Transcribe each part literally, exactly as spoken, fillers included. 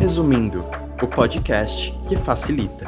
Resumindo, o podcast que facilita.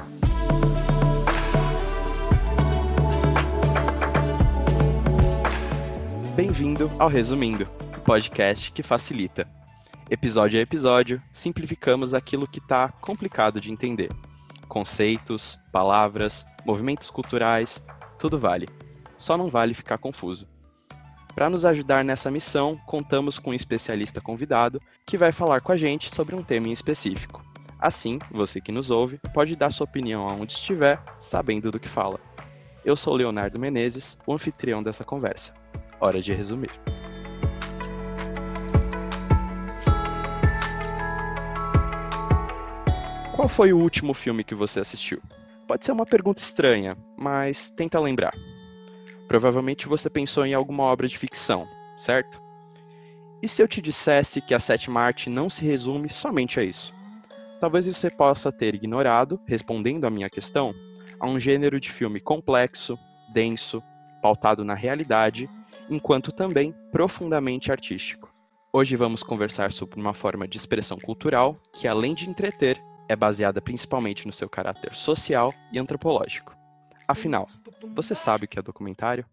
Bem-vindo ao Resumindo, o podcast que facilita. Episódio a episódio, simplificamos aquilo que está complicado de entender. Conceitos, palavras, movimentos culturais, tudo vale. Só não vale ficar confuso. Para nos ajudar nessa missão, contamos com um especialista convidado que vai falar com a gente sobre um tema em específico. Assim, você que nos ouve pode dar sua opinião aonde estiver, sabendo do que fala. Eu sou Leonardo Menezes, o anfitrião dessa conversa. Hora de resumir. Qual foi o último filme que você assistiu? Pode ser uma pergunta estranha, mas tenta lembrar. Provavelmente você pensou em alguma obra de ficção, certo? E se eu te dissesse que a sétima arte não se resume somente a isso? Talvez você possa ter ignorado, respondendo à minha questão, a um gênero de filme complexo, denso, pautado na realidade, enquanto também profundamente artístico. Hoje vamos conversar sobre uma forma de expressão cultural que, além de entreter, é baseada principalmente no seu caráter social e antropológico. Afinal, você sabe o que é documentário?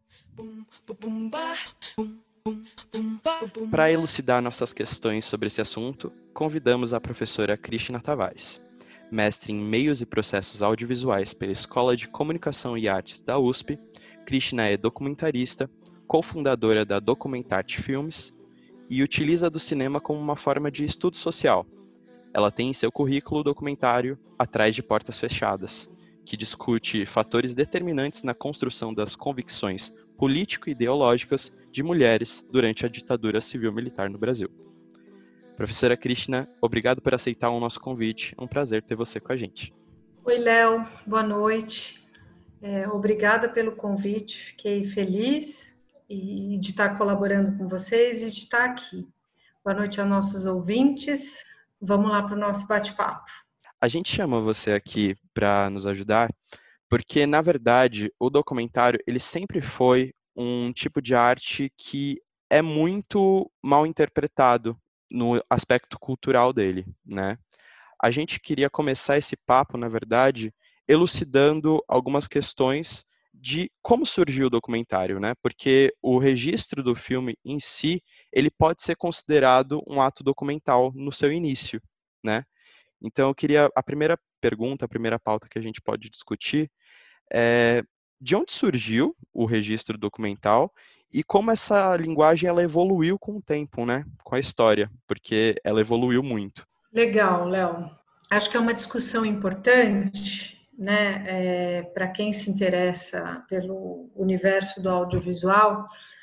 Para elucidar nossas questões sobre esse assunto, convidamos a professora Krishna Tavares, mestre em Meios e Processos Audiovisuais pela Escola de Comunicação e Artes da U S P. Krishna é documentarista, cofundadora da Documentarte Filmes e utiliza do cinema como uma forma de estudo social. Ela tem em seu currículo o documentário Atrás de Portas Fechadas, que discute fatores determinantes na construção das convicções político-ideológicas de mulheres durante a ditadura civil-militar no Brasil. Professora Krishna, obrigado por aceitar o nosso convite. É um prazer ter você com a gente. Oi, Léo. Boa noite. É, obrigada pelo convite. Fiquei feliz e de estar colaborando com vocês e de estar aqui. Boa noite aos nossos ouvintes. Vamos lá para o nosso bate-papo. A gente chama você aqui para nos ajudar porque, na verdade, o documentário ele sempre foi um tipo de arte que é muito mal interpretado no aspecto cultural dele, né? A gente queria começar esse papo, na verdade, elucidando algumas questões de como surgiu o documentário, né? Porque o registro do filme em si, ele pode ser considerado um ato documental no seu início, né? Então, eu queria, a primeira pergunta, a primeira pauta que a gente pode discutir é de onde surgiu o registro documental e como essa linguagem ela evoluiu com o tempo, né? Com a história, porque ela evoluiu muito. Legal, Léo. Acho que é uma discussão importante, né? É, para quem se interessa pelo universo do audiovisual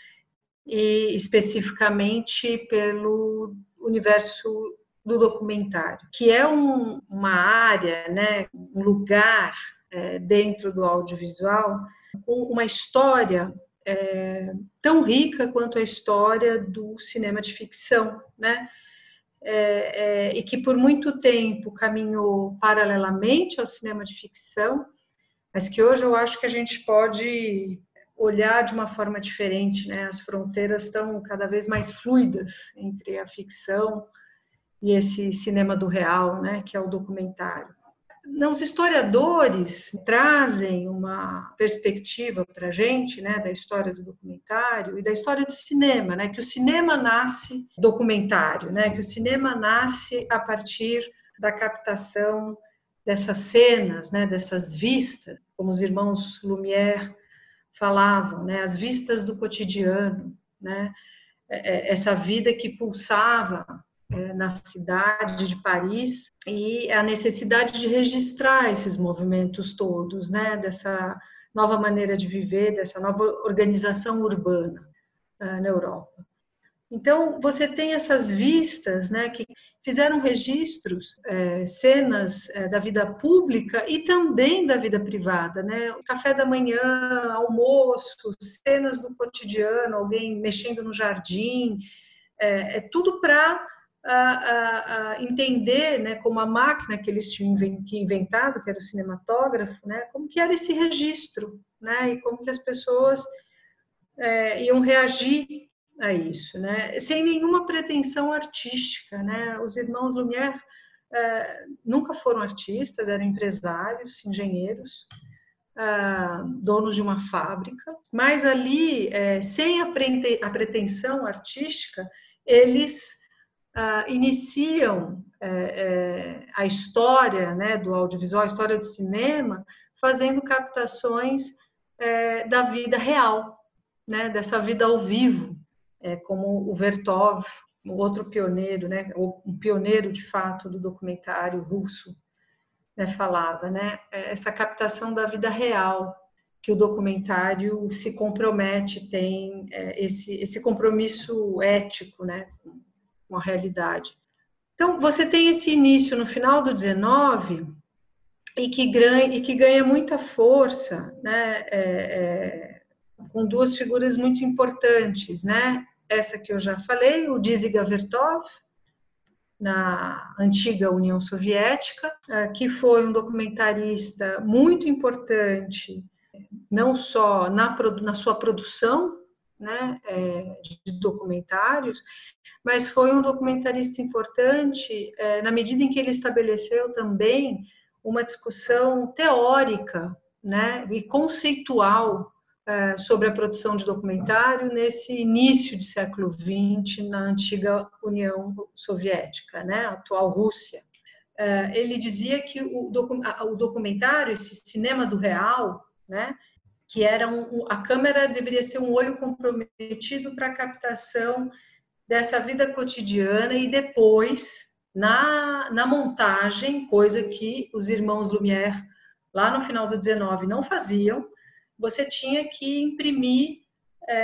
e especificamente pelo universo do documentário, que é um, uma área, né, um lugar é, dentro do audiovisual com uma história é, tão rica quanto a história do cinema de ficção, né? É, é, e que por muito tempo caminhou paralelamente ao cinema de ficção, mas que hoje eu acho que a gente pode olhar de uma forma diferente, né? As fronteiras estão cada vez mais fluidas entre a ficção e esse cinema do real, né, que é o documentário. Os historiadores trazem uma perspectiva para a gente, né, da história do documentário e da história do cinema, né, que o cinema nasce documentário, né, que o cinema nasce a partir da captação dessas cenas, né, dessas vistas, como os irmãos Lumière falavam, né, as vistas do cotidiano, né, essa vida que pulsava na cidade de Paris e a necessidade de registrar esses movimentos todos, né, dessa nova maneira de viver, dessa nova organização urbana uh, na Europa. Então, você tem essas vistas, né, que fizeram registros, é, cenas é, da vida pública e também da vida privada, né, o café da manhã, almoço, cenas do cotidiano, alguém mexendo no jardim, é, é tudo para A, a, a entender, né, como a máquina que eles tinham inventado, que era o cinematógrafo, né, como que era esse registro, né, e como que as pessoas é, iam reagir a isso, né, sem nenhuma pretensão artística, né. Os irmãos Lumière uh, nunca foram artistas, eram empresários, engenheiros, uh, donos de uma fábrica, mas ali, uh, sem a, prete- a pretensão artística, eles uh, iniciam uh, uh, a história, né, do audiovisual, a história do cinema, fazendo captações uh, da vida real, né, dessa vida ao vivo, é, como o Vertov, o outro pioneiro, né, um pioneiro de fato do documentário russo, né, falava, né, essa captação da vida real que o documentário se compromete, tem é, esse, esse compromisso ético, né, com a realidade. Então, você tem esse início no final do dezenove e que ganha, e que ganha muita força, né, é, é, com duas figuras muito importantes, né? Essa que eu já falei, o Dziga Vertov, na antiga União Soviética, que foi um documentarista muito importante, não só na, na sua produção, né, de documentários, mas foi um documentarista importante na medida em que ele estabeleceu também uma discussão teórica, né, e conceitual sobre a produção de documentário nesse início de século vinte na antiga União Soviética, né, a atual Rússia. Ele dizia que o documentário, esse cinema do real, né, que era um, a câmera deveria ser um olho comprometido para a captação dessa vida cotidiana e depois, na, na montagem, coisa que os irmãos Lumière, lá no final do dezenove, não faziam, você tinha que imprimir é,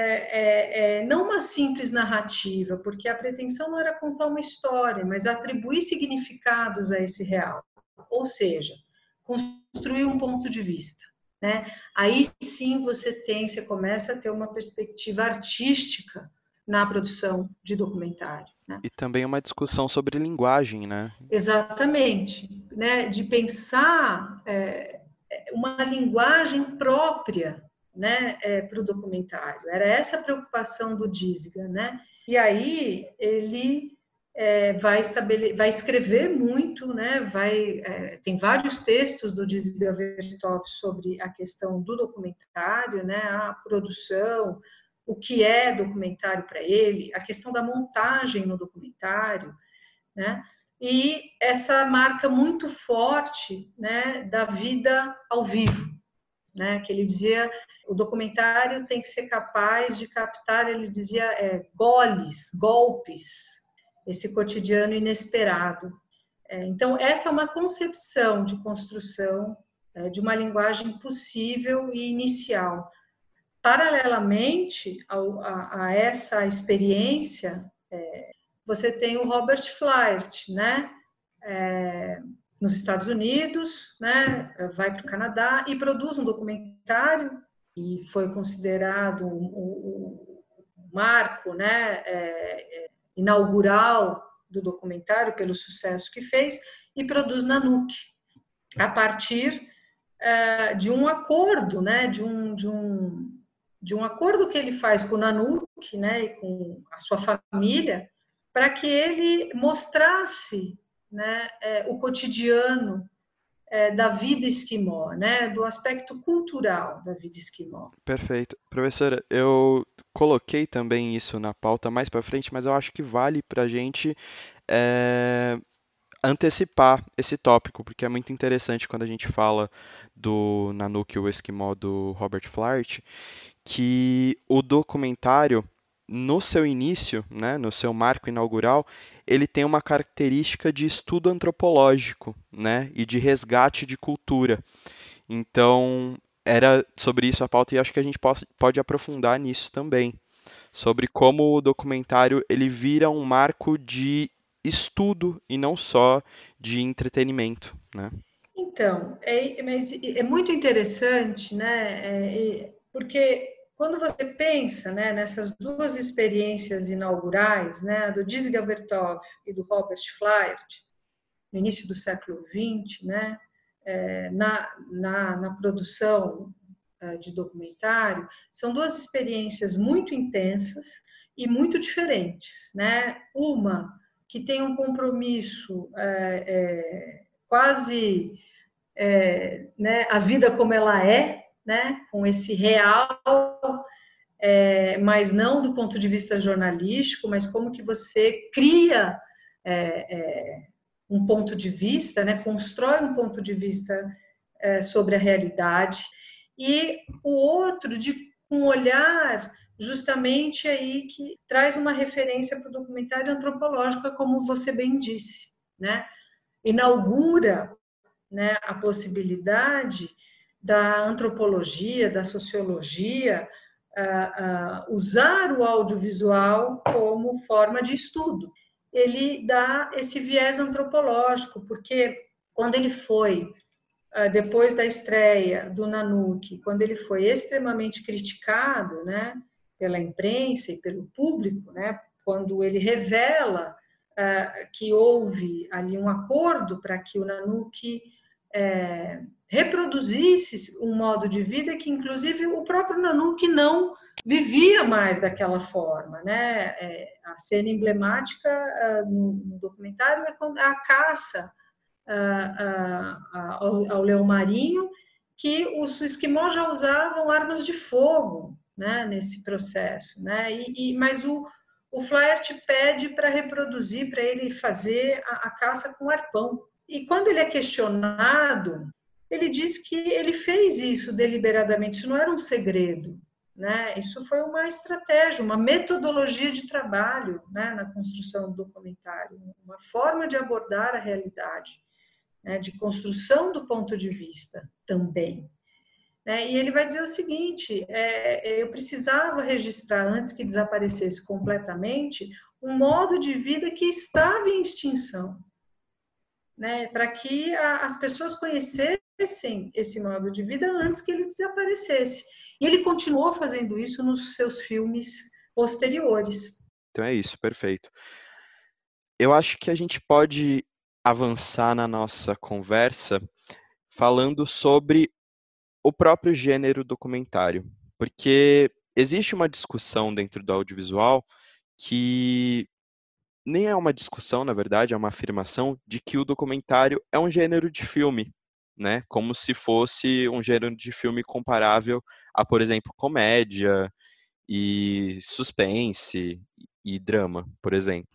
é, é, não uma simples narrativa, porque a pretensão não era contar uma história, mas atribuir significados a esse real. Ou seja, construir um ponto de vista, né? Aí sim você tem, você começa a ter uma perspectiva artística na produção de documentário, né? E também uma discussão sobre linguagem, né? Exatamente, né? De pensar é, uma linguagem própria, né, é, para o documentário. Era essa a preocupação do Dziga, né? E aí ele é, vai, estabele... vai escrever muito, né? Vai, é, tem vários textos do Dziga Vertov sobre a questão do documentário, né? A produção, o que é documentário para ele, a questão da montagem no documentário, né? E essa marca muito forte, né, da vida ao vivo, né, que ele dizia, o documentário tem que ser capaz de captar, ele dizia, é, goles, golpes, esse cotidiano inesperado. É, então, essa é uma concepção de construção é, de uma linguagem possível e inicial. Paralelamente ao, a, a essa experiência, é, você tem o Robert Fliert, né? É, nos Estados Unidos, né? Vai para o Canadá e produz um documentário que foi considerado o um, um, um marco, né? É, é, inaugural do documentário pelo sucesso que fez e produz Nanook a partir é, de um acordo, né? De um, de um de um acordo que ele faz com o Nanook, né? E com a sua família, para que ele mostrasse, né, é, o cotidiano é, da vida esquimó, né, do aspecto cultural da vida esquimó. Perfeito. Professora, eu coloquei também isso na pauta mais para frente, mas eu acho que vale para a gente é, antecipar esse tópico, porque é muito interessante quando a gente fala do Nanook, o Esquimó, do Robert Fliert, que o documentário, no seu início, né, no seu marco inaugural, ele tem uma característica de estudo antropológico, né, e de resgate de cultura. Então, era sobre isso a pauta e acho que a gente pode, pode aprofundar nisso também, sobre como o documentário ele vira um marco de estudo e não só de entretenimento, né? Então, é, mas é muito interessante, né, é, porque quando você pensa, né, nessas duas experiências inaugurais, né, do Dziga Vertov e do Robert Fliert, no início do século vinte, né, é, na, na, na produção é, de documentário, são duas experiências muito intensas e muito diferentes, né? Uma que tem um compromisso é, é, quase é, né, a vida como ela é, né, com esse real, é, mas não do ponto de vista jornalístico, mas como que você cria é, é, um ponto de vista, né, constrói um ponto de vista é, sobre a realidade, e o outro de um olhar justamente aí que traz uma referência para o documentário antropológico, como você bem disse, né? Inaugura, né, a possibilidade da antropologia, da sociologia, uh, uh, usar o audiovisual como forma de estudo. Ele dá esse viés antropológico, porque quando ele foi, uh, depois da estreia do Nanook, quando ele foi extremamente criticado, né, pela imprensa e pelo público, né, quando ele revela uh, que houve ali um acordo para que o Nanook é, reproduzisse um modo de vida que, inclusive, o próprio Nanook não vivia mais daquela forma, né? É, a cena emblemática uh, no, no documentário é quando a caça uh, uh, ao, ao leão marinho, que os esquimós já usavam armas de fogo, né, nesse processo, né? E, e, mas o, o Flaherty pede para reproduzir, para ele fazer a, a caça com arpão. E quando ele é questionado, ele diz que ele fez isso deliberadamente, isso não era um segredo, né? Isso foi uma estratégia, uma metodologia de trabalho, né, na construção do documentário, uma forma de abordar a realidade, né, de construção do ponto de vista também. Né? E ele vai dizer o seguinte, é, eu precisava registrar, antes que desaparecesse completamente, um modo de vida que estava em extinção, né, para que a, as pessoas conhecessem esse modo de vida antes que ele desaparecesse. E ele continuou fazendo isso nos seus filmes posteriores. Então é isso, perfeito. Eu acho que a gente pode avançar na nossa conversa falando sobre o próprio gênero documentário, porque existe uma discussão dentro do audiovisual que nem é uma discussão, na verdade, é uma afirmação de que o documentário é um gênero de filme, né? Como se fosse um gênero de filme comparável a, por exemplo, comédia e suspense e drama, por exemplo.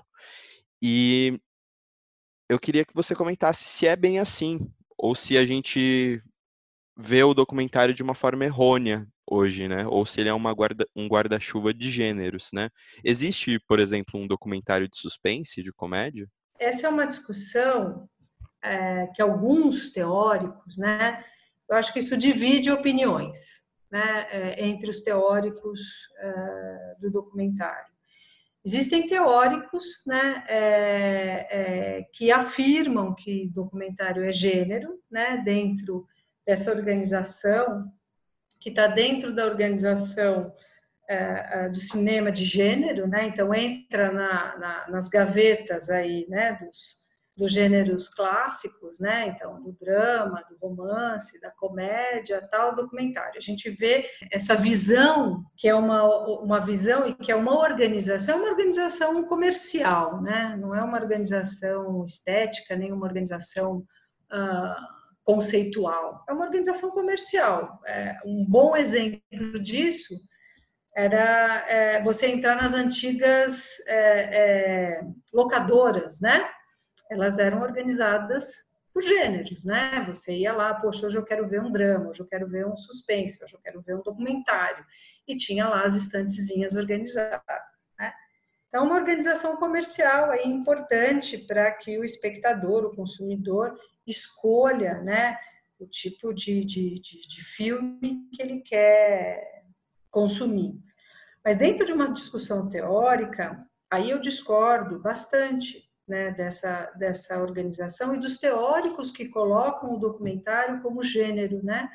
E eu queria que você comentasse se é bem assim, ou se a gente vê o documentário de uma forma errônea hoje, né? Ou se ele é uma guarda, um guarda-chuva de gêneros, né? Existe, por exemplo, um documentário de suspense, de comédia? Essa é uma discussão é, que alguns teóricos, né? Eu acho que isso divide opiniões, né? É, entre os teóricos é, do documentário. Existem teóricos, né, é, é, que afirmam que documentário é gênero, né, dentro dessa organização, que está dentro da organização é, do cinema de gênero, né, então entra na, na, nas gavetas aí, né, dos, dos gêneros clássicos, né, então do drama, do romance, da comédia, tal, documentário. A gente vê essa visão, que é uma, uma visão e que é uma organização, uma organização comercial, né, não é uma organização estética, nem uma organização uh, conceitual, é uma organização comercial. É, um bom exemplo disso era é, você entrar nas antigas é, é, locadoras, né? Elas eram organizadas por gêneros, né? Você ia lá, poxa, hoje eu quero ver um drama, hoje eu quero ver um suspense, hoje eu quero ver um documentário. E tinha lá as estantezinhas organizadas, né? Então, uma organização comercial aí importante para que o espectador, o consumidor, escolha, né, o tipo de, de, de, de filme que ele quer consumir. Mas dentro de uma discussão teórica, aí eu discordo bastante, né, dessa, dessa organização e dos teóricos que colocam o documentário como gênero, né,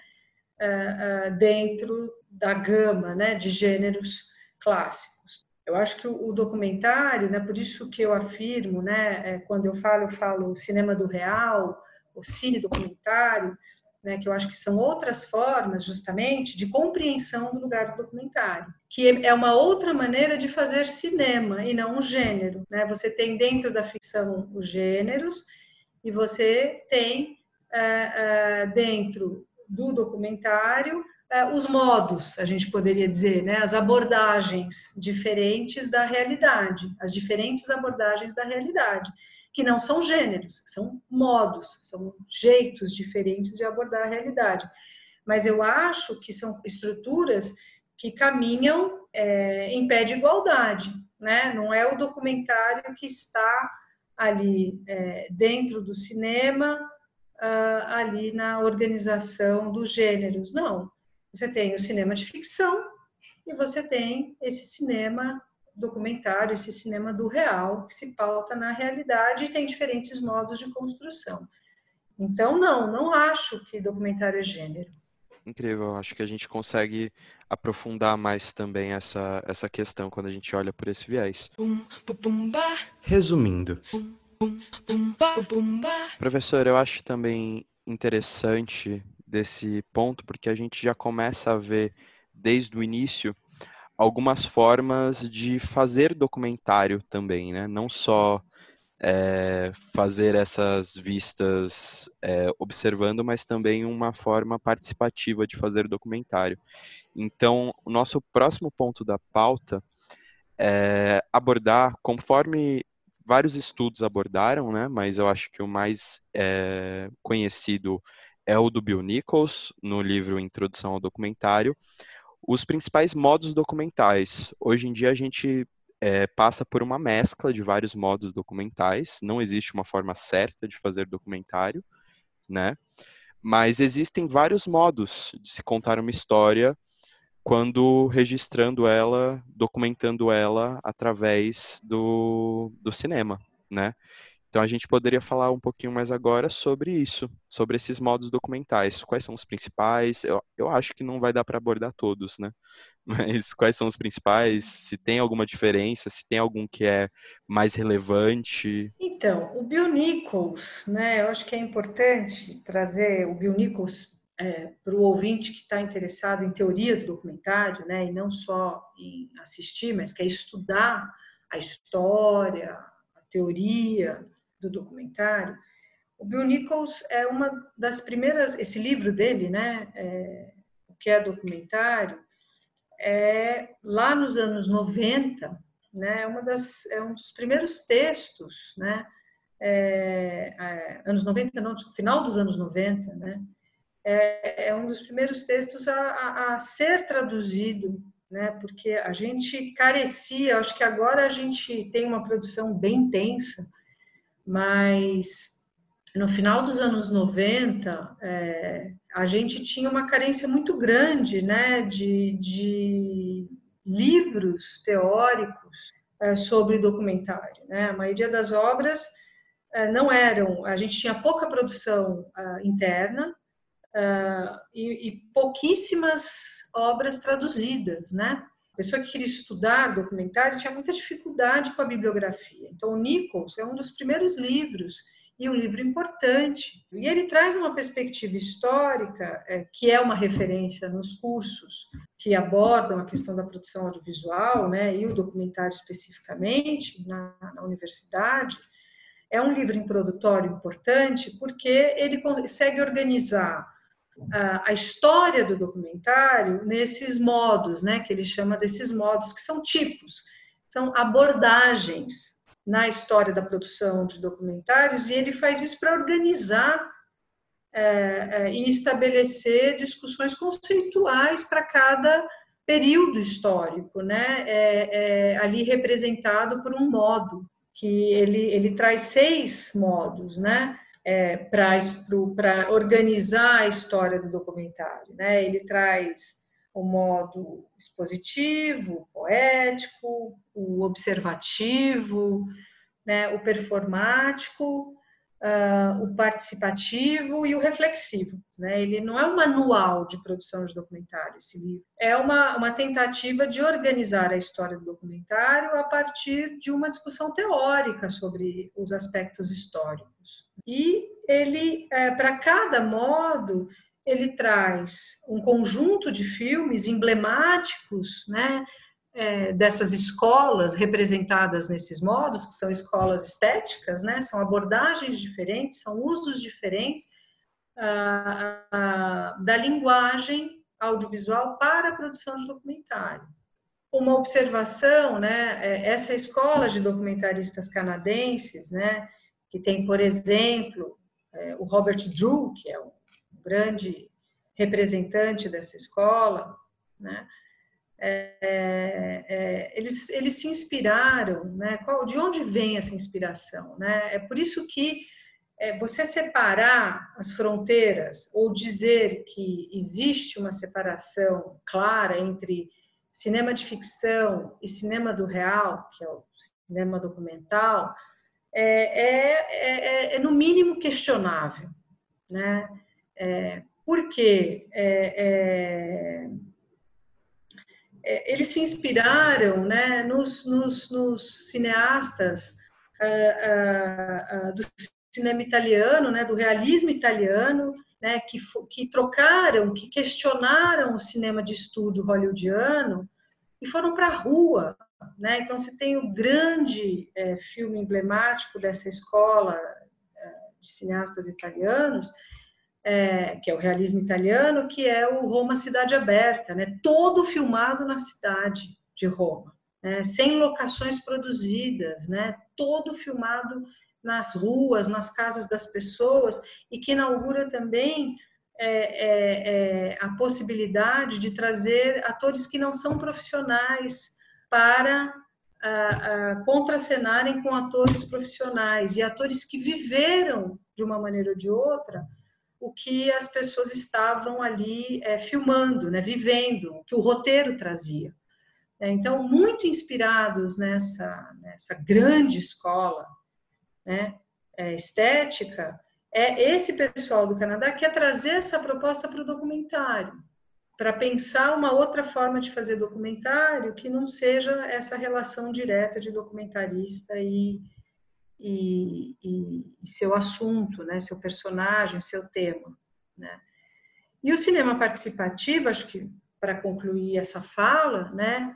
dentro da gama, né, de gêneros clássicos. Eu acho que o documentário, né, por isso que eu afirmo, né, quando eu falo, eu falo cinema do real, o cine documentário, né, que eu acho que são outras formas, justamente, de compreensão do lugar do documentário, que é uma outra maneira de fazer cinema e não um gênero, né? Você tem dentro da ficção os gêneros e você tem uh, uh, dentro do documentário uh, os modos, a gente poderia dizer, né? As abordagens diferentes da realidade, as diferentes abordagens da realidade, que não são gêneros, são modos, são jeitos diferentes de abordar a realidade. Mas eu acho que são estruturas que caminham é, em pé de igualdade, né? Não é o documentário que está ali é, dentro do cinema, uh, ali na organização dos gêneros. Não. Você tem o cinema de ficção e você tem esse cinema documentário, esse cinema do real, que se pauta na realidade e tem diferentes modos de construção. Então, não, não acho que documentário é gênero. Incrível, acho que a gente consegue aprofundar mais também essa, essa questão quando a gente olha por esse viés. Resumindo, professor, eu acho também interessante desse ponto, porque a gente já começa a ver desde o início algumas formas de fazer documentário também, né? Não só é, fazer essas vistas é, observando, mas também uma forma participativa de fazer documentário. Então, o nosso próximo ponto da pauta é abordar, conforme vários estudos abordaram, né? Mas eu acho que o mais é, conhecido é o do Bill Nichols, no livro Introdução ao Documentário, os principais modos documentais. Hoje em dia a gente é, passa por uma mescla de vários modos documentais, não existe uma forma certa de fazer documentário, né? Mas existem vários modos de se contar uma história quando registrando ela, documentando ela através do, do cinema, né? Então a gente poderia falar um pouquinho mais agora sobre isso, sobre esses modos documentais. Quais são os principais? Eu, eu acho que não vai dar para abordar todos, né? Mas quais são os principais? Se tem alguma diferença? Se tem algum que é mais relevante? Então, o Bill Nichols, né? Eu acho que é importante trazer o Bill Nichols é, para o ouvinte que está interessado em teoria do documentário, né? E não só em assistir, mas quer estudar a história, a teoria do documentário. O Bill Nichols é uma das primeiras, esse livro dele, né, é, o que é documentário, é lá nos anos noventa, né, uma das, é um dos primeiros textos, né, é, é, anos noventa, não, final dos anos noventa, né, é, é um dos primeiros textos a, a, a ser traduzido, né, porque a gente carecia, acho que agora a gente tem uma produção bem intensa, mas no final dos anos noventa, é, a gente tinha uma carência muito grande, né, de, de livros teóricos é, sobre documentário, né? A maioria das obras é, não eram, a gente tinha pouca produção é, interna é, e, e pouquíssimas obras traduzidas, né? A pessoa que queria estudar documentário tinha muita dificuldade com a bibliografia. Então, o Nichols é um dos primeiros livros e um livro importante. E ele traz uma perspectiva histórica, é, que é uma referência nos cursos que abordam a questão da produção audiovisual, né, e o documentário especificamente, na, na universidade. É um livro introdutório importante porque ele consegue organizar a, a história do documentário nesses modos, né, que ele chama desses modos, que são tipos, são abordagens na história da produção de documentários, e ele faz isso para organizar é, é, e estabelecer discussões conceituais para cada período histórico, né? É, é, ali representado por um modo, que ele, ele traz seis modos, né? É, para organizar a história do documentário, né? Ele traz o modo expositivo, poético, o observativo, né, o performático, uh, o participativo e o reflexivo. Né? Ele não é um manual de produção de documentário, esse livro. É uma, uma tentativa de organizar a história do documentário a partir de uma discussão teórica sobre os aspectos históricos. E ele, é, para cada modo, ele traz um conjunto de filmes emblemáticos, né, é, dessas escolas representadas nesses modos, que são escolas estéticas, né, são abordagens diferentes, são usos diferentes ah, ah, da linguagem audiovisual para a produção de documentário. Uma observação, né, essa escola de documentaristas canadenses, né, que tem, por exemplo, o Robert Drew, que é um grande representante dessa escola, né, é, é, eles, eles se inspiraram, né, qual, de onde vem essa inspiração, né? É por isso que é, você separar as fronteiras ou dizer que existe uma separação clara entre cinema de ficção e cinema do real, que é o cinema documental, é, é, é, é no mínimo questionável, né? É, porque é, é, eles se inspiraram, né, nos, nos, nos cineastas uh, uh, uh, do cinema italiano, né, do realismo italiano, né, que, que trocaram, que questionaram o cinema de estúdio hollywoodiano e foram para a rua, né? Então você tem o grande é, filme emblemático dessa escola é, de cineastas italianos, é, que é o realismo italiano, que é o Roma Cidade Aberta, né? Todo filmado na cidade de Roma, né? Sem locações produzidas, né? Todo filmado nas ruas, nas casas das pessoas, e que inaugura também é, é, é, a possibilidade de trazer atores que não são profissionais para a, a, contracenarem com atores profissionais, e atores que viveram, de uma maneira ou de outra, o que as pessoas estavam ali é, filmando, né, vivendo, o que o roteiro trazia. Então, muito inspirados nessa, nessa grande escola, né, é, estética, é esse pessoal do Canadá que quer trazer essa proposta para o documentário, para pensar uma outra forma de fazer documentário que não seja essa relação direta de documentarista e, e, e, e seu assunto, né, seu personagem, seu tema, né? E o cinema participativo, acho que para concluir essa fala, né,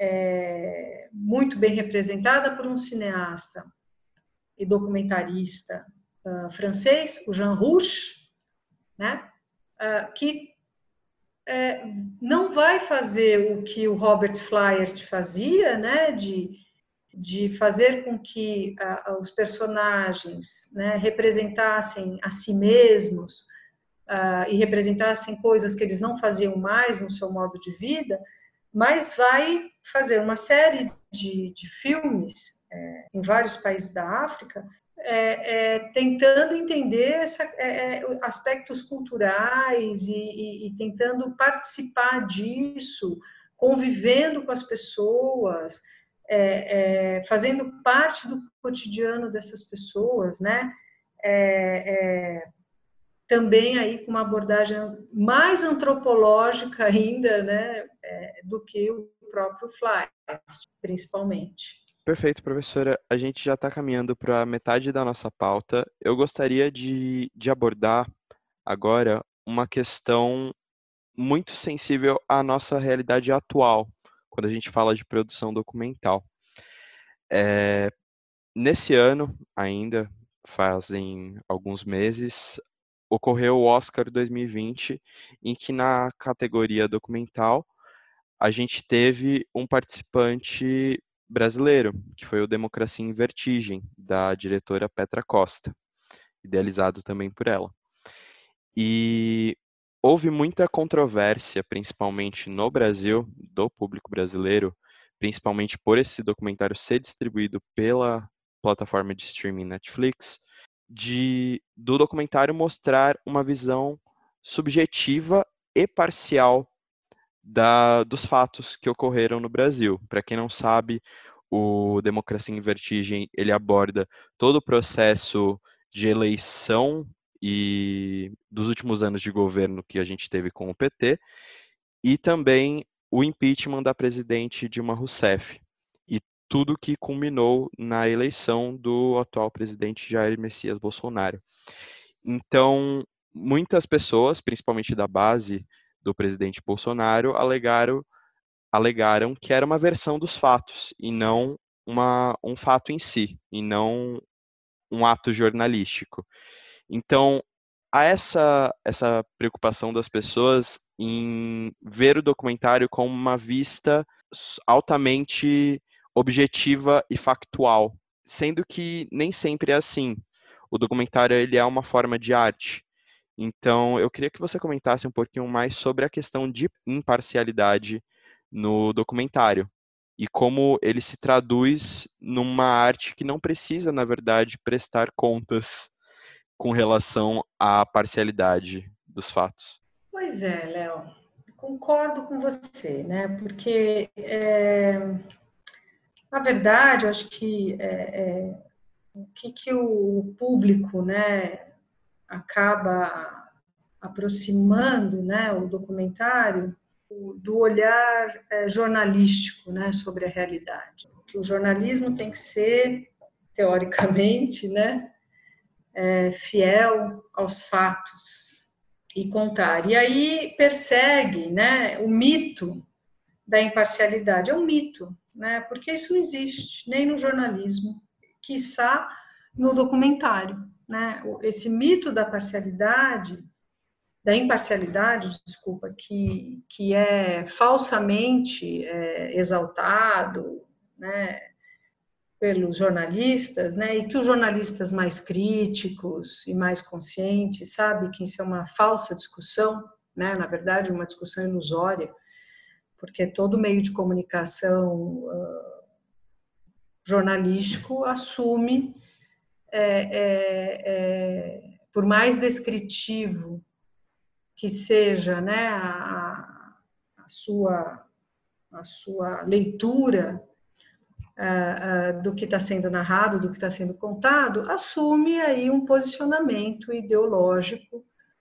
é muito bem representada por um cineasta e documentarista uh, francês, o Jean Rouch, né, uh, que uh, não vai fazer o que o Robert Flyert fazia, né, de, de fazer com que uh, os personagens, né, representassem a si mesmos uh, e representassem coisas que eles não faziam mais no seu modo de vida, mas vai fazer uma série de, de filmes é, em vários países da África, é, é, tentando entender essa, é, aspectos culturais e, e, e tentando participar disso, convivendo com as pessoas, é, é, fazendo parte do cotidiano dessas pessoas, né? É, é, também aí com uma abordagem mais antropológica ainda, né, é, do que o próprio Fly, principalmente. Perfeito, professora. A gente já está caminhando para metade da nossa pauta. Eu gostaria de, de abordar agora uma questão muito sensível à nossa realidade atual, quando a gente fala de produção documental. É, nesse ano, ainda, fazem alguns meses, ocorreu o Oscar dois mil e vinte, em que na categoria documental a gente teve um participante brasileiro, que foi o Democracia em Vertigem, da diretora Petra Costa, idealizado também por ela. E houve muita controvérsia, principalmente no Brasil, do público brasileiro, principalmente por esse documentário ser distribuído pela plataforma de streaming Netflix, de, do documentário mostrar uma visão subjetiva e parcial da, dos fatos que ocorreram no Brasil. Para quem não sabe, o Democracia em Vertigem, ele aborda todo o processo de eleição e dos últimos anos de governo que a gente teve com o P T, e também o impeachment da presidente Dilma Rousseff, e tudo que culminou na eleição do atual presidente Jair Messias Bolsonaro. Então, muitas pessoas, principalmente da base do presidente Bolsonaro, alegaram, alegaram que era uma versão dos fatos e não uma, um fato em si, e não um ato jornalístico. Então, há essa, essa preocupação das pessoas em ver o documentário como uma vista altamente objetiva e factual, sendo que nem sempre é assim. O documentário ele é uma forma de arte. Então, eu queria que você comentasse um pouquinho mais sobre a questão de imparcialidade no documentário e como ele se traduz numa arte que não precisa, na verdade, prestar contas com relação à parcialidade dos fatos. Pois é, Léo, concordo com você, né? Porque, é, na verdade, eu acho que é, é, o que, que o público, né, acaba aproximando, né, o documentário do olhar é, jornalístico, né, sobre a realidade. Que o jornalismo tem que ser, teoricamente, né, é, fiel aos fatos e contar. E aí persegue, né, o mito da imparcialidade. É um mito, né, porque isso não existe nem no jornalismo, quiçá no documentário, né? Esse mito da parcialidade, da imparcialidade, desculpa, que, que é falsamente é, exaltado, né, pelos jornalistas, né, e que os jornalistas mais críticos e mais conscientes sabem que isso é uma falsa discussão, né, na verdade, uma discussão ilusória, porque todo meio de comunicação uh, jornalístico assume, é, é, é, por mais descritivo que seja, né, a, a, sua, a sua leitura uh, uh, do que está sendo narrado, do que está sendo contado, assume aí um posicionamento ideológico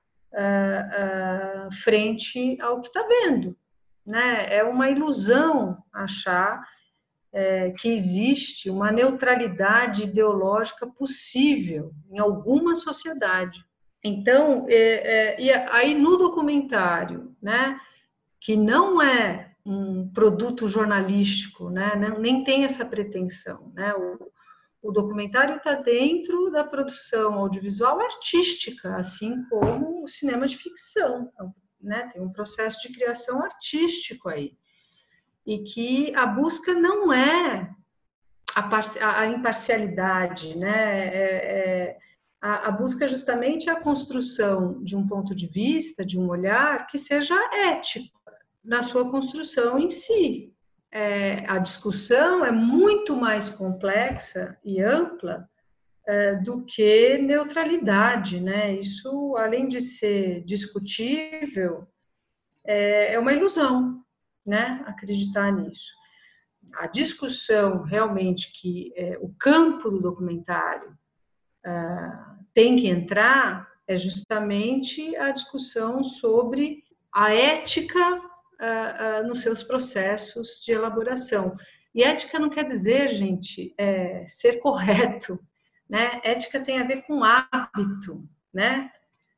uh, uh, frente ao que está vendo. Né? É uma ilusão achar é, que existe uma neutralidade ideológica possível em alguma sociedade. Então, é, é, e aí no documentário, né, que não é um produto jornalístico, né, não, nem tem essa pretensão, né, o, o documentário está dentro da produção audiovisual artística, assim como o cinema de ficção, né, tem um processo de criação artístico aí, e que a busca não é a, a imparcialidade, né, é, é, a, a busca justamente é a construção de um ponto de vista, de um olhar que seja ético na sua construção em si. É, a discussão é muito mais complexa e ampla é, do que neutralidade, né? Isso, além de ser discutível, é, é uma ilusão, né? Acreditar nisso. A discussão realmente que é, o campo do documentário uh, tem que entrar é justamente a discussão sobre a ética uh, uh, nos seus processos de elaboração. E ética não quer dizer, gente, é, ser correto, né? Ética tem a ver com hábito, né?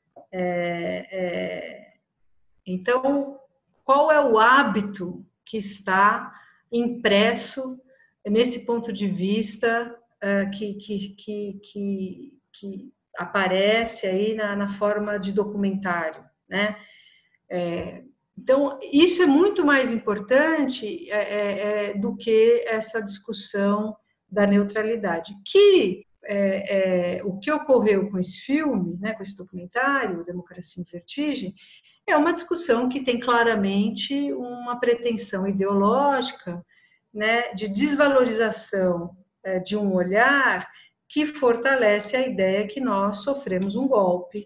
É, é, então, qual é o hábito que está impresso nesse ponto de vista uh, que, que, que, que, que aparece aí na, na forma de documentário, né? É, então, isso é muito mais importante é, é, do que essa discussão da neutralidade, que é, é, o que ocorreu com esse filme, né, com esse documentário, Democracia em Vertigem, é uma discussão que tem claramente uma pretensão ideológica, né, de desvalorização é, de um olhar que fortalece a ideia que nós sofremos um golpe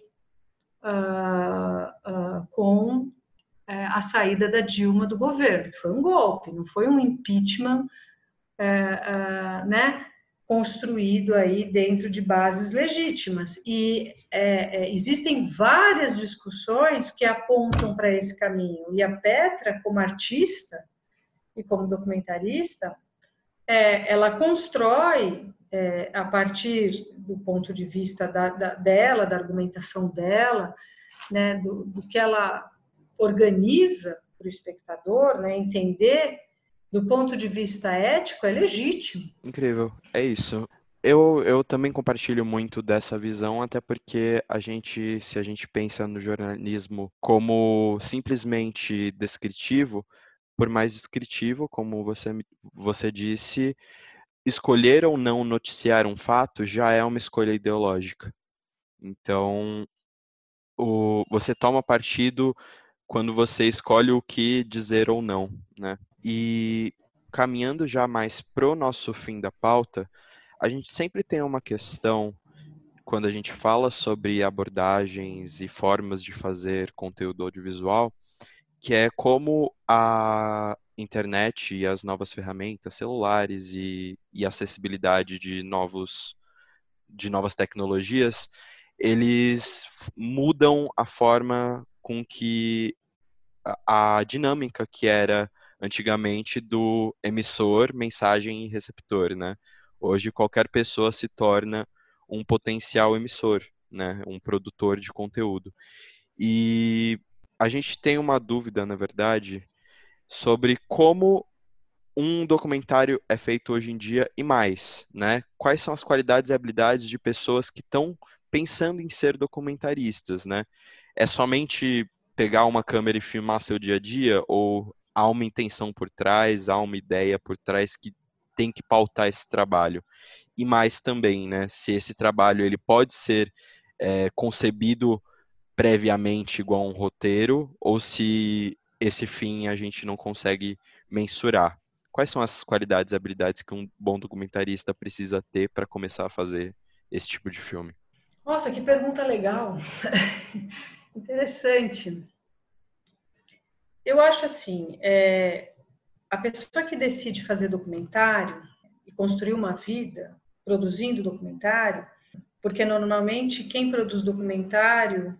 uh, uh, com uh, a saída da Dilma do governo, que foi um golpe, não foi um impeachment, uh, uh, né, construído aí dentro de bases legítimas. E é, é, existem várias discussões que apontam para esse caminho. E a Petra, como artista e como documentarista, é, ela constrói, é, a partir do ponto de vista da, da, dela, da argumentação dela, né, do, do que ela organiza para o espectador, né, entender do ponto de vista ético é legítimo. Incrível, é isso. Eu, eu também compartilho muito dessa visão, até porque a gente, se a gente pensa no jornalismo como simplesmente descritivo, por mais descritivo, como você, você disse, escolher ou não noticiar um fato já é uma escolha ideológica. Então, o, você toma partido quando você escolhe o que dizer ou não, né? E caminhando já mais pro nosso fim da pauta, a gente sempre tem uma questão quando a gente fala sobre abordagens e formas de fazer conteúdo audiovisual, que é como a internet e as novas ferramentas, celulares e, e acessibilidade de novos de novas tecnologias, eles mudam a forma com que a, a dinâmica que era antigamente do emissor, mensagem e receptor, né? Hoje qualquer pessoa se torna um potencial emissor, né? Um produtor de conteúdo. E a gente tem uma dúvida, na verdade, sobre como um documentário é feito hoje em dia e mais, né? Quais são as qualidades e habilidades de pessoas que estão pensando em ser documentaristas, né? É somente pegar uma câmera e filmar seu dia a dia ou há uma intenção por trás, há uma ideia por trás que tem que pautar esse trabalho? E mais também, né? Se esse trabalho ele pode ser é, concebido previamente igual a um roteiro ou se esse fim a gente não consegue mensurar. Quais são as qualidades e habilidades que um bom documentarista precisa ter para começar a fazer esse tipo de filme? Nossa, que pergunta legal. Interessante. Eu acho assim, é, a pessoa que decide fazer documentário e construir uma vida produzindo documentário, porque normalmente quem produz documentário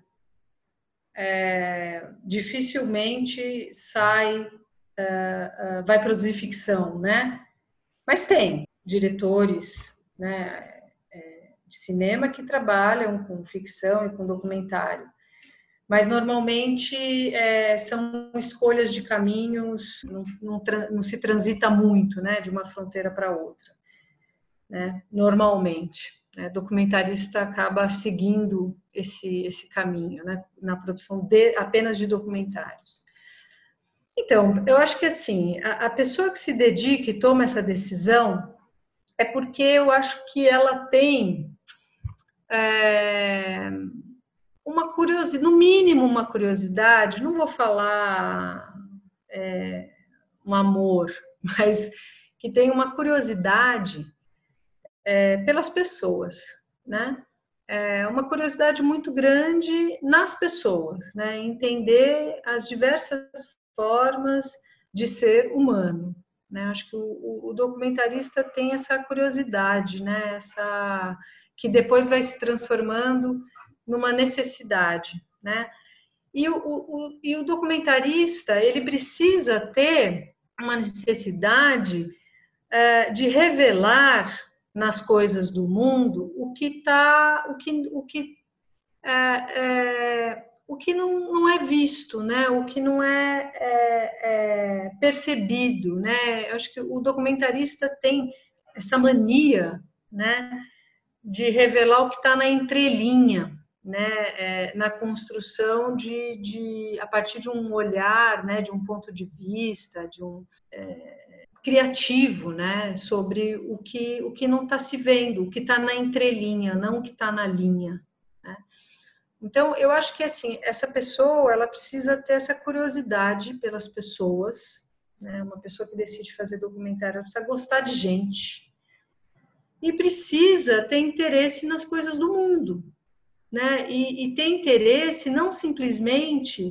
é, dificilmente sai, é, vai produzir ficção, né? Mas tem diretores, né, de cinema que trabalham com ficção e com documentário. Mas normalmente é, são escolhas de caminhos, não, não, não se transita muito, né, de uma fronteira para outra, né, normalmente. Né, documentarista acaba seguindo esse, esse caminho, né, na produção de, apenas de documentários. Então, eu acho que assim, a, a pessoa que se dedica e toma essa decisão é porque eu acho que ela tem é, uma curiosidade, no mínimo uma curiosidade, não vou falar é, um amor, mas que tem uma curiosidade é, pelas pessoas, né? É uma curiosidade muito grande nas pessoas, né? Entender as diversas formas de ser humano, né? Acho que o, o documentarista tem essa curiosidade, né? Essa que depois vai se transformando numa necessidade, né? E o, o, e o documentarista, ele precisa ter uma necessidade é, de revelar nas coisas do mundo o que tá, o que, o que, é, é, o que não, não é visto, né? O que não é, é, é percebido, né? Eu acho que o documentarista tem essa mania, né, de revelar o que está na entrelinha, né, é, na construção de, de, a partir de um olhar, né, de um ponto de vista, de um é, criativo, né, sobre o que, o que não está se vendo, o que está na entrelinha, não o que está na linha. Né? Então, eu acho que assim, essa pessoa, ela precisa ter essa curiosidade pelas pessoas, né, uma pessoa que decide fazer documentário, ela precisa gostar de gente, e precisa ter interesse nas coisas do mundo, né? E, e ter interesse não simplesmente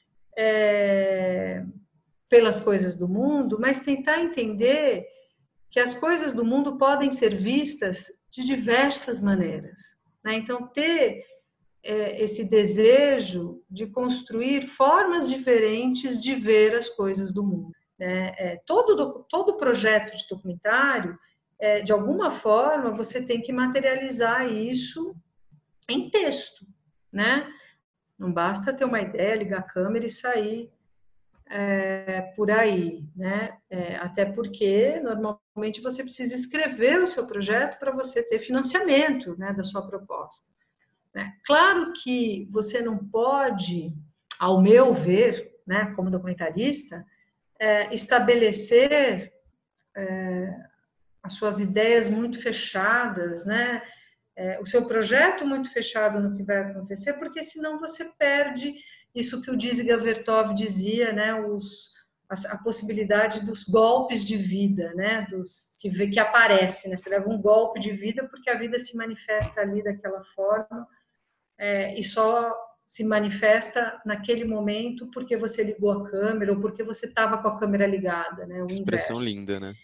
é, pelas coisas do mundo, mas tentar entender que as coisas do mundo podem ser vistas de diversas maneiras, né? Então, ter é, esse desejo de construir formas diferentes de ver as coisas do mundo, né? É, todo, todo projeto de documentário, é, de alguma forma, você tem que materializar isso em texto, né? Não basta ter uma ideia, ligar a câmera e sair é, por aí, né? É, até porque, normalmente, você precisa escrever o seu projeto para você ter financiamento, né, da sua proposta. Né? Claro que você não pode, ao meu ver, né, como documentarista, é, estabelecer é, as suas ideias muito fechadas, né? É, o seu projeto muito fechado no que vai acontecer, porque senão você perde isso que o Dziga Vertov dizia, né? Os, a, a possibilidade dos golpes de vida, né? Dos, que, que aparece, né? Você leva um golpe de vida porque a vida se manifesta ali daquela forma é, e só se manifesta naquele momento porque você ligou a câmera ou porque você estava com a câmera ligada, né? O Expressão inverso. linda, né?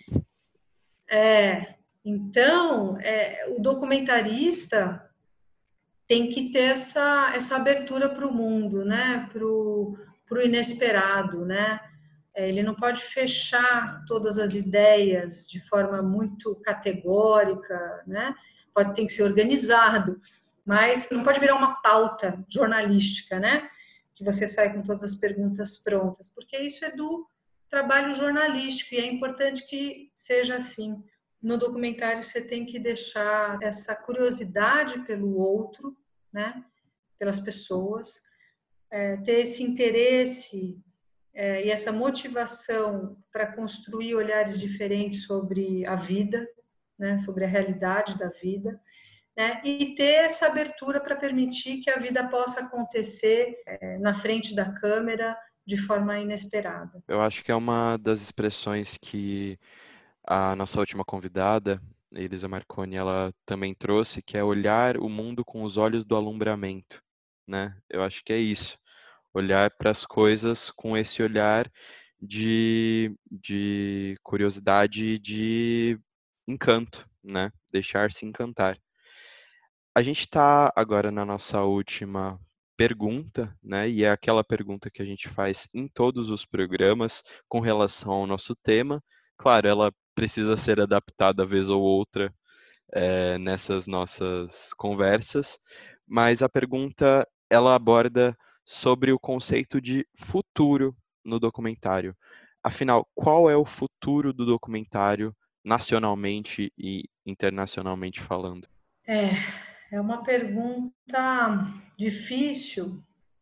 É, então, é, o documentarista tem que ter essa, essa abertura para o mundo, né? Para o inesperado, né? É, ele não pode fechar todas as ideias de forma muito categórica, né? Pode ter que ser organizado, mas não pode virar uma pauta jornalística, né? Que você sai com todas as perguntas prontas, porque isso é do trabalho jornalístico e é importante que seja assim. No documentário você tem que deixar essa curiosidade pelo outro, né? Pelas pessoas, é, ter esse interesse é, e essa motivação para construir olhares diferentes sobre a vida, né? Sobre a realidade da vida, né? E ter essa abertura para permitir que a vida possa acontecer é, na frente da câmera de forma inesperada. Eu acho que é uma das expressões que a nossa última convidada, Elisa Marconi, ela também trouxe, que é olhar o mundo com os olhos do alumbramento, né? Eu acho que é isso, olhar para as coisas com esse olhar de, de curiosidade e de encanto, né? Deixar-se encantar. A gente está agora na nossa última pergunta, né? E é aquela pergunta que a gente faz em todos os programas com relação ao nosso tema. Claro, ela precisa ser adaptada vez ou outra é, nessas nossas conversas, mas a pergunta ela aborda sobre o conceito de futuro no documentário. Afinal, qual é o futuro do documentário nacionalmente e internacionalmente falando? É, é uma pergunta difícil,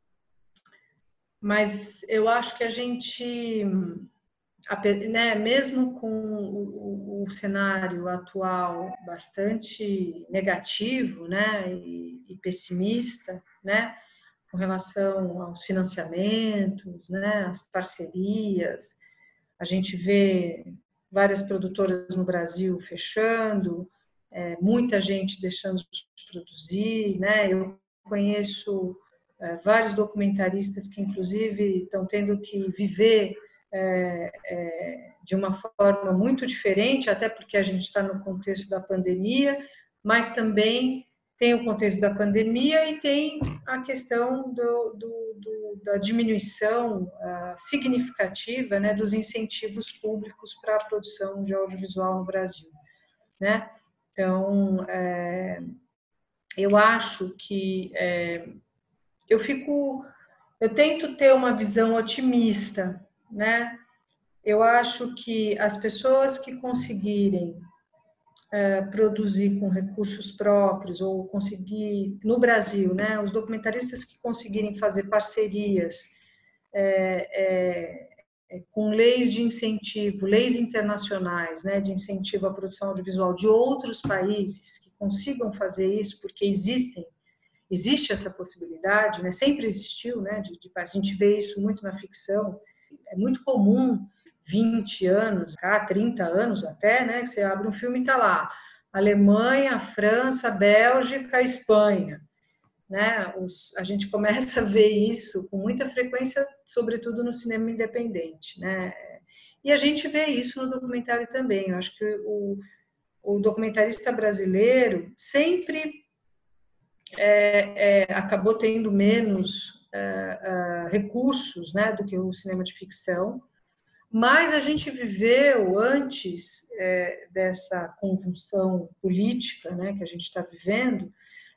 mas eu acho que a gente, né, mesmo com o, o, o cenário atual bastante negativo, né, e, e pessimista, né, com relação aos financiamentos, né, às parcerias, a gente vê várias produtoras no Brasil fechando, é, muita gente deixando de produzir, né? Eu conheço é, vários documentaristas que, inclusive, estão tendo que viver é, é, de uma forma muito diferente, até porque a gente está no contexto da pandemia, mas também tem o contexto da pandemia e tem a questão do, do, do, da diminuição uh, significativa, né, dos incentivos públicos para a produção de audiovisual no Brasil, né? Então, é, eu acho que é, eu fico, eu tento ter uma visão otimista, né? Eu acho que as pessoas que conseguirem produzir com recursos próprios ou conseguir no Brasil, né, os documentaristas que conseguirem fazer parcerias é, é, com leis de incentivo, leis internacionais, né, de incentivo à produção audiovisual de outros países que consigam fazer isso, porque existem, existe essa possibilidade, né, sempre existiu, né, de, de, a gente vê isso muito na ficção, é muito comum vinte anos, trinta anos até, né, que você abre um filme e está lá, Alemanha, França, Bélgica, Espanha, né, os, a gente começa a ver isso com muita frequência, sobretudo no cinema independente, né, e a gente vê isso no documentário também. Eu acho que o, o documentarista brasileiro sempre é, é, acabou tendo menos é, é, recursos, né, do que o cinema de ficção. Mas a gente viveu antes é, dessa convulsão política, né, que a gente está vivendo,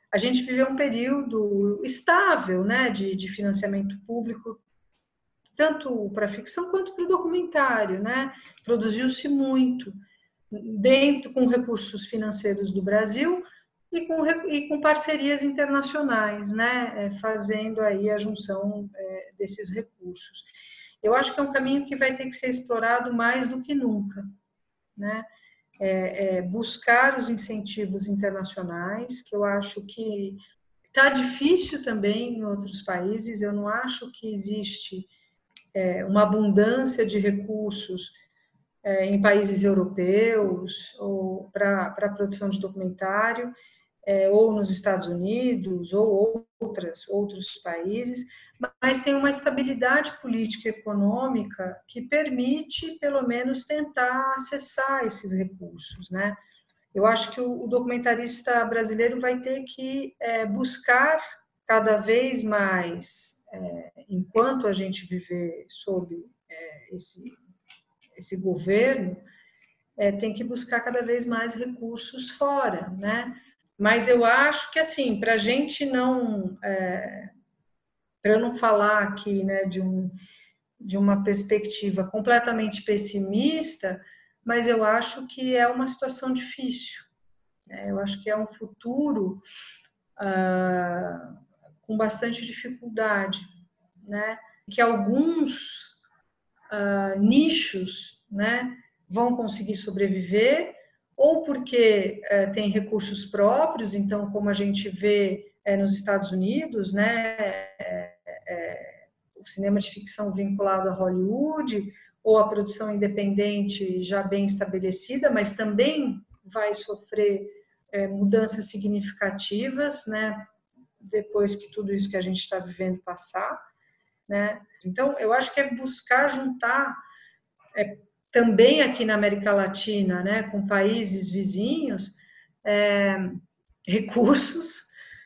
a gente viveu um período estável, né, de, de financiamento público, tanto para a ficção quanto para o documentário, né? Produziu-se muito, dentro com recursos financeiros do Brasil e com, e com parcerias internacionais, né? Fazendo aí a junção é, desses recursos. Eu acho que é um caminho que vai ter que ser explorado mais do que nunca, né? É, é buscar os incentivos internacionais, que eu acho que está difícil também em outros países. Eu não acho que existe é, uma abundância de recursos é, em países europeus ou para a produção de documentário, é, ou nos Estados Unidos, ou outras, outros países, mas tem uma estabilidade política e econômica que permite, pelo menos, tentar acessar esses recursos, né? Eu acho que o, o documentarista brasileiro vai ter que é, buscar cada vez mais, é, enquanto a gente viver sob é, esse, esse governo, é, tem que buscar cada vez mais recursos fora, né? Mas eu acho que, assim, para a gente não... É, para eu não falar aqui, né, de, um, de uma perspectiva completamente pessimista, mas eu acho que é uma situação difícil. Né? Eu acho que é um futuro ah, com bastante dificuldade, né? Que alguns ah, nichos, né, vão conseguir sobreviver, ou porque eh, tem recursos próprios, então, como a gente vê eh, nos Estados Unidos, né, é, é, o cinema de ficção vinculado a Hollywood, ou a produção independente já bem estabelecida, mas também vai sofrer é, mudanças significativas, né, depois que tudo isso que a gente está vivendo passar, né? Então, eu acho que é buscar juntar é, também aqui na América Latina, né, com países vizinhos, é, recursos,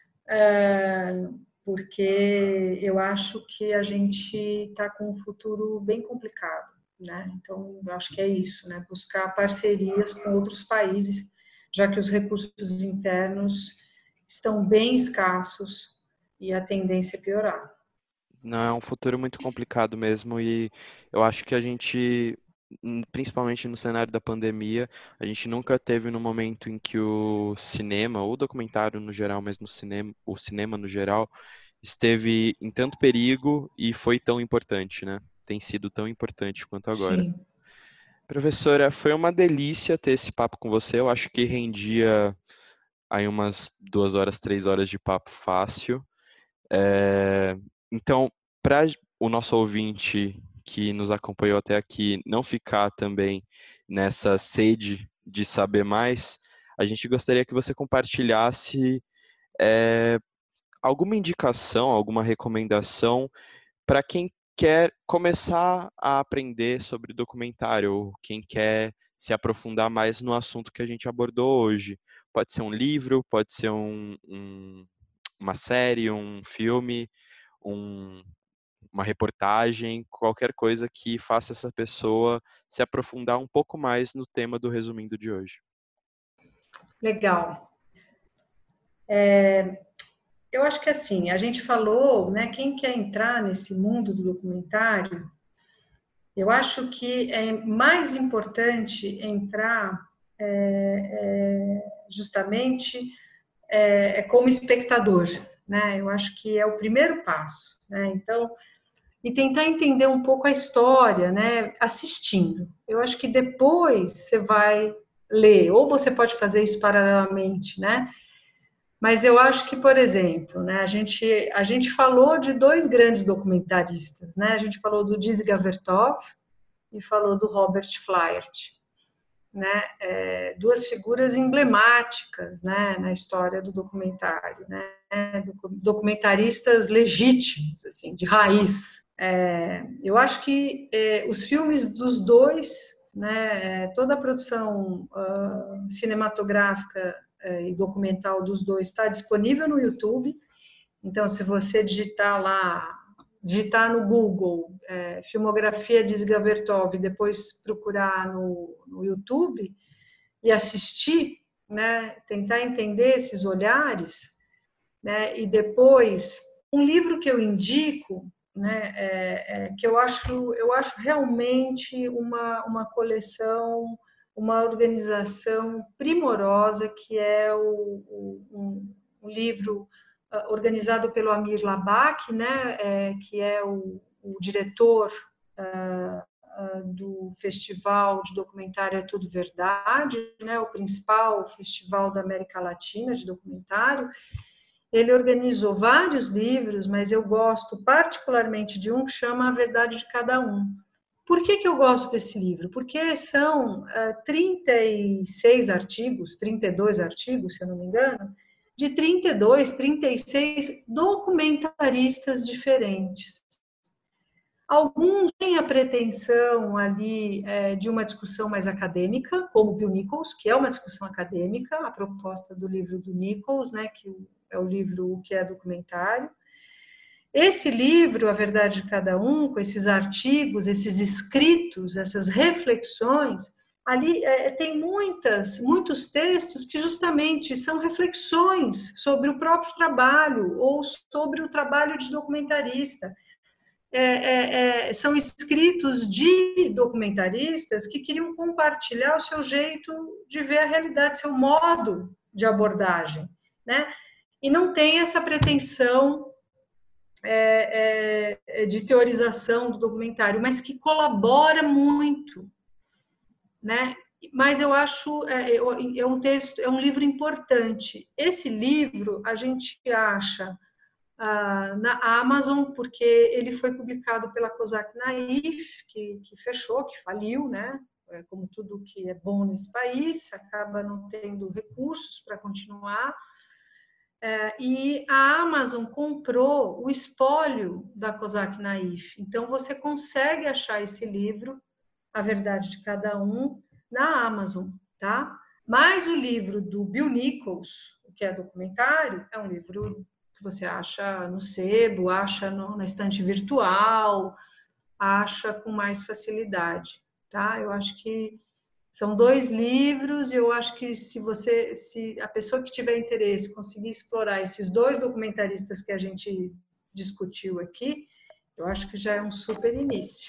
é, porque eu acho que a gente está com um futuro bem complicado, né? Então, eu acho que é isso, né? Buscar parcerias com outros países, já que os recursos internos estão bem escassos e a tendência é piorar. Não, é um futuro muito complicado mesmo e eu acho que a gente, hum, principalmente no cenário da pandemia, a gente nunca teve no momento em que o cinema, ou o documentário no geral, mas no cinema, o cinema no geral, esteve em tanto perigo e foi tão importante, né? Tem sido tão importante quanto agora. Sim. Professora, foi uma delícia ter esse papo com você. Eu acho que rendia aí umas duas horas, três horas de papo fácil. É, então, para o nosso ouvinte que nos acompanhou até aqui não ficar também nessa sede de saber mais, a gente gostaria que você compartilhasse é, alguma indicação, alguma recomendação para quem quer começar a aprender sobre documentário, ou quem quer se aprofundar mais no assunto que a gente abordou hoje. Pode ser um livro, pode ser um, um, uma série, um filme, um, uma reportagem, qualquer coisa que faça essa pessoa se aprofundar um pouco mais no tema do resumindo de hoje. Legal. É, eu acho que assim, a gente falou, né, quem quer entrar nesse mundo do documentário, eu acho que é mais importante entrar é, é, justamente é, é como espectador, né? Eu acho que é o primeiro passo, né? Então, e tentar entender um pouco a história, né? Assistindo. Eu acho que depois você vai ler, ou você pode fazer isso paralelamente, né? Mas eu acho que, por exemplo, né, a gente, a gente falou de dois grandes documentaristas, né? A gente falou do Dziga Vertov e falou do Robert Flaert, né? É, duas figuras emblemáticas, né, na história do documentário, né? Documentaristas legítimos, assim, de raiz. É, eu acho que é, os filmes dos dois, né, toda a produção uh, cinematográfica e documental dos dois está disponível no YouTube. Então, se você digitar lá, digitar no Google é, filmografia de Dziga Vertov e depois procurar no, no YouTube e assistir, né, tentar entender esses olhares, né? E depois, um livro que eu indico, né, é, é, que eu acho, eu acho realmente uma, uma coleção, uma organização primorosa, que é o, o, um, um livro uh, organizado pelo Amir Labak, né, é, que é o, o diretor uh, uh, do Festival de Documentário É Tudo Verdade, né, o principal festival da América Latina de documentário. Ele organizou vários livros, mas eu gosto particularmente de um que chama A Verdade de Cada Um. Por que que eu gosto desse livro? Porque são uh, trinta e seis artigos, trinta e dois artigos, se eu não me engano, de trinta e dois, trinta e seis documentaristas diferentes. Alguns têm a pretensão ali é, de uma discussão mais acadêmica, como Bill Nichols, que é uma discussão acadêmica, a proposta do livro do Nichols, né, que é o livro O que é documentário. Esse livro, A Verdade de Cada Um, com esses artigos, esses escritos, essas reflexões, ali é, tem muitas, muitos textos que justamente são reflexões sobre o próprio trabalho ou sobre o trabalho de documentarista. É, é, é, são escritos de documentaristas que queriam compartilhar o seu jeito de ver a realidade, seu modo de abordagem, né? E não tem essa pretensão é, é, de teorização do documentário, mas que colabora muito, né? Mas eu acho é, é um texto, é um livro importante. Esse livro a gente acha Uh, na Amazon, porque ele foi publicado pela Cosac Naif, que, que fechou, que faliu, né? Como tudo que é bom nesse país, acaba não tendo recursos para continuar. Uh, e a Amazon comprou o espólio da Cosac Naif. Então, você consegue achar esse livro, A Verdade de Cada Um, na Amazon, tá? Mas o livro do Bill Nichols, que é documentário, é um livro você acha no sebo, acha no, na estante virtual, acha com mais facilidade, tá? Eu acho que são dois livros e eu acho que se você, se a pessoa que tiver interesse conseguir explorar esses dois documentaristas que a gente discutiu aqui, eu acho que já é um super início.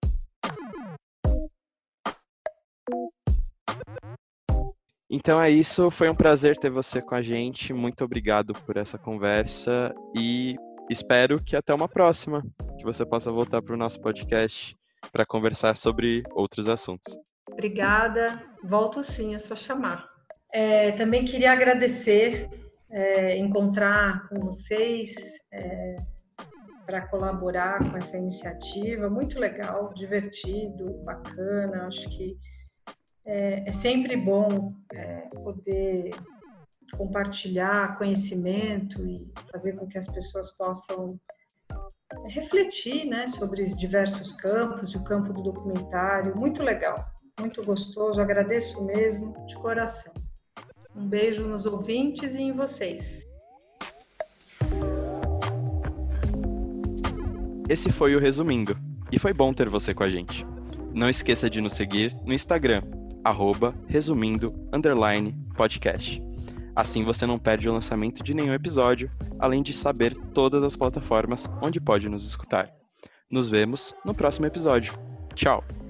Então é isso, foi um prazer ter você com a gente, muito obrigado por essa conversa e espero que até uma próxima, que você possa voltar para o nosso podcast para conversar sobre outros assuntos. Obrigada, volto sim, é só chamar. É, também queria agradecer, é, encontrar com vocês é, para colaborar com essa iniciativa, muito legal, divertido, bacana, acho que É, é sempre bom é, poder compartilhar conhecimento e fazer com que as pessoas possam refletir, né, sobre os diversos campos e o campo do documentário. Muito legal, muito gostoso, agradeço mesmo de coração. Um beijo nos ouvintes e em vocês. Esse foi o Resumindo, e foi bom ter você com a gente. Não esqueça de nos seguir no Instagram, arroba resumindo, underline, podcast. Assim você não perde o lançamento de nenhum episódio, além de saber todas as plataformas onde pode nos escutar. Nos vemos no próximo episódio. Tchau!